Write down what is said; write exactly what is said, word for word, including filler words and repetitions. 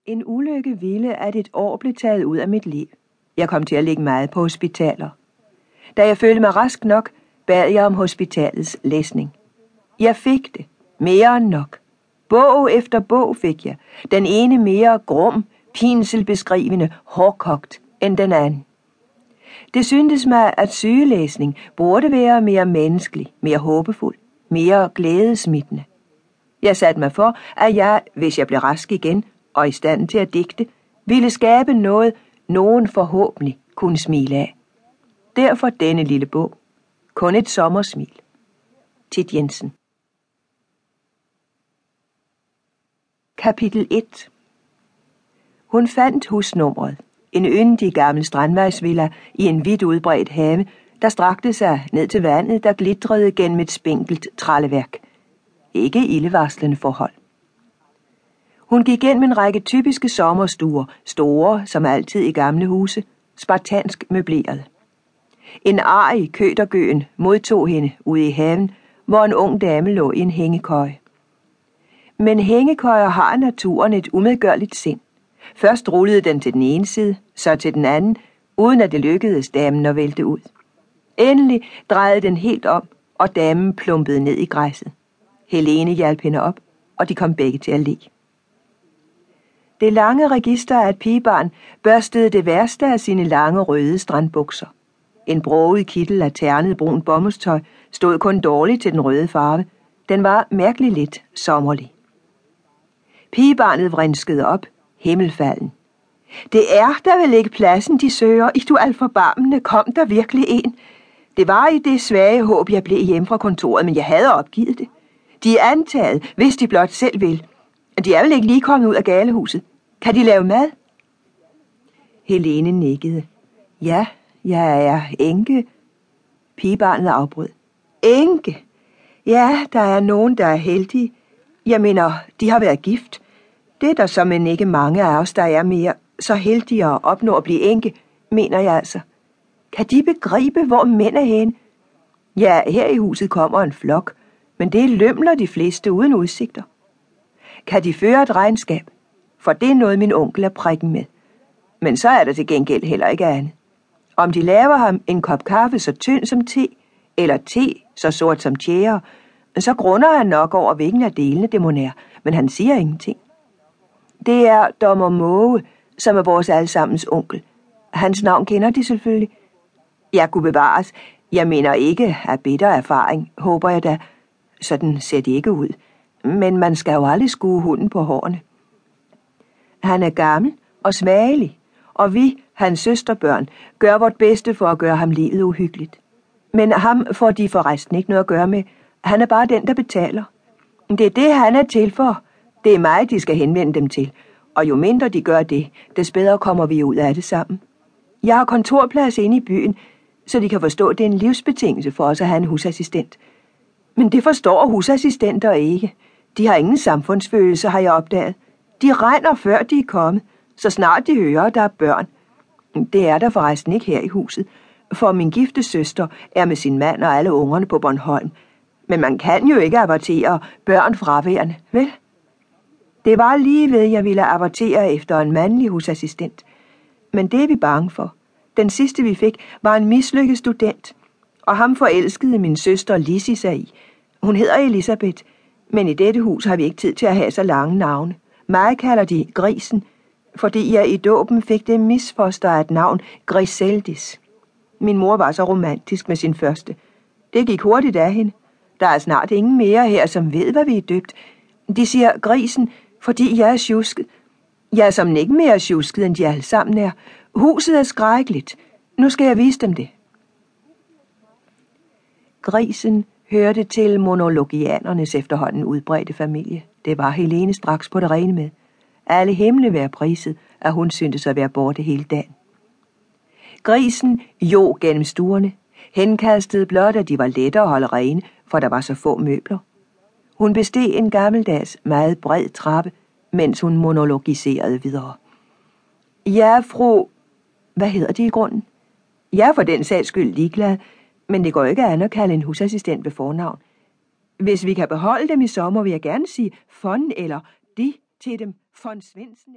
En ulykke ville, at et år blev taget ud af mit liv. Jeg kom til at ligge meget på hospitaler. Da jeg følte mig rask nok, bad jeg om hospitalets læsning. Jeg fik det. Mere end nok. Bog efter bog fik jeg. Den ene mere grum, pinselbeskrivende, hårdkogt end den anden. Det syntes mig, at sygelæsning burde være mere menneskelig, mere håbefuld, mere glædesmittende. Jeg satte mig for, at jeg, hvis jeg blev rask igen og i stand til at digte, ville skabe noget, nogen forhåbentlig kunne smile af. Derfor denne lille bog. Kun et sommersmil. Thit Jensen. Kapitel et. Hun fandt husnummeret. En yndig gammel strandvejsvilla i en vidt udbredt have, der strakte sig ned til vandet, der glitrede gennem et spinkelt tralleværk. Ikke ildevarslende forhold. Hun gik gennem en række typiske sommerstuer, store som altid i gamle huse, spartansk møbleret. En ar i køtergøen modtog hende ude i haven, hvor en ung dame lå i en hængekøje. Men hængekøjer har naturen et umedgørligt sind. Først rullede den til den ene side, så til den anden, uden at det lykkedes damen at vælte ud. Endelig drejede den helt om, og damen plumpede ned i græsset. Helene hjalp hende op, og de kom begge til at le. Det lange register af et pigebarn børstede det værste af sine lange røde strandbukser. En broget kittel af ternet brunt bomuldstøj stod kun dårligt til den røde farve. Den var mærkeligt lidt sommerlig. Pigebarnet vrinskede op, himmelfalden. Det er der vel ikke pladsen, de søger, i du alforbarmende, kom der virkelig en. Det var i det svage håb, jeg blev hjemme fra kontoret, men jeg havde opgivet det. De er antaget, hvis de blot selv vil. De er vel ikke lige kommet ud af galehuset. Kan de lave mad? Helene nikkede. Ja, jeg er enke. Pigebarnet afbrød. Enke? Ja, der er nogen, der er heldige. Jeg mener, de har været gift. Det er der som en ikke mange af os, der er mere så heldige at opnå at blive enke, mener jeg altså. Kan de begribe, hvor mænd er henne? Ja, her i huset kommer en flok, men det lømler de fleste uden udsigter. Kan de føre et regnskab? For det er noget, min onkel er prikken med. Men så er der til gengæld heller ikke andet. Om de laver ham en kop kaffe så tynd som te, eller te så sort som tjære, så grunder han nok over, hvilken af delene det må nær, men han siger ingenting. Det er dommer Måge, som er vores allesammens onkel. Hans navn kender de selvfølgelig. Jeg kunne bevares. Jeg mener ikke af bitter erfaring, håber jeg da. Sådan ser de ikke ud. Men man skal jo aldrig skue hunden på hårene. Han er gammel og svagelig, og vi, hans søsterbørn, gør vort bedste for at gøre ham livet uhyggeligt. Men ham får de forresten ikke noget at gøre med. Han er bare den, der betaler. Det er det, han er til for. Det er mig, de skal henvende dem til. Og jo mindre de gør det, des bedre kommer vi ud af det sammen. Jeg har kontorplads inde i byen, så de kan forstå, at det er en livsbetingelse for os at have en husassistent. Men det forstår husassistenter ikke. De har ingen samfundsfølelse, har jeg opdaget. De regner før de er kommet, så snart de hører, at der er børn. Det er der forresten ikke her i huset, for min gifte søster er med sin mand og alle ungerne på Bornholm. Men man kan jo ikke avertere børn fraværende, vel? Det var lige ved, jeg ville avertere efter en mandlig husassistent. Men det er vi bange for. Den sidste, vi fik, var en mislykket student, og ham forelskede min søster Lissi sig i. Hun hedder Elisabeth, men i dette hus har vi ikke tid til at have så lange navne. Mig kalder de Grisen, fordi jeg i dåben fik det misfoster af et navn, Griseldis. Min mor var så romantisk med sin første. Det gik hurtigt af hende. Der er snart ingen mere her, som ved, hvad vi er døbt. De siger Grisen, fordi jeg er sjusket. Jeg er som ikke mere sjusket, end de alle sammen er. Huset er skrækkeligt. Nu skal jeg vise dem det. Grisen hørte til monologianernes efterhånden udbredte familie. Det var Helene straks på det rene med. Alle himle være priset, at hun syntes at være borte hele dagen. Grisen jo gennem stuerne, henkastede blot, at de var lette at holde rene, for der var så få møbler. Hun besteg en gammeldags, meget bred trappe, mens hun monologiserede videre. Ja, fru... Hvad hedder de i grunden? Jeg er for den sags skyld ligeglad, men det går ikke an at kalde en husassistent ved fornavn. Hvis vi kan beholde dem i sommer, vil jeg gerne sige von eller de til dem, von Svendsen.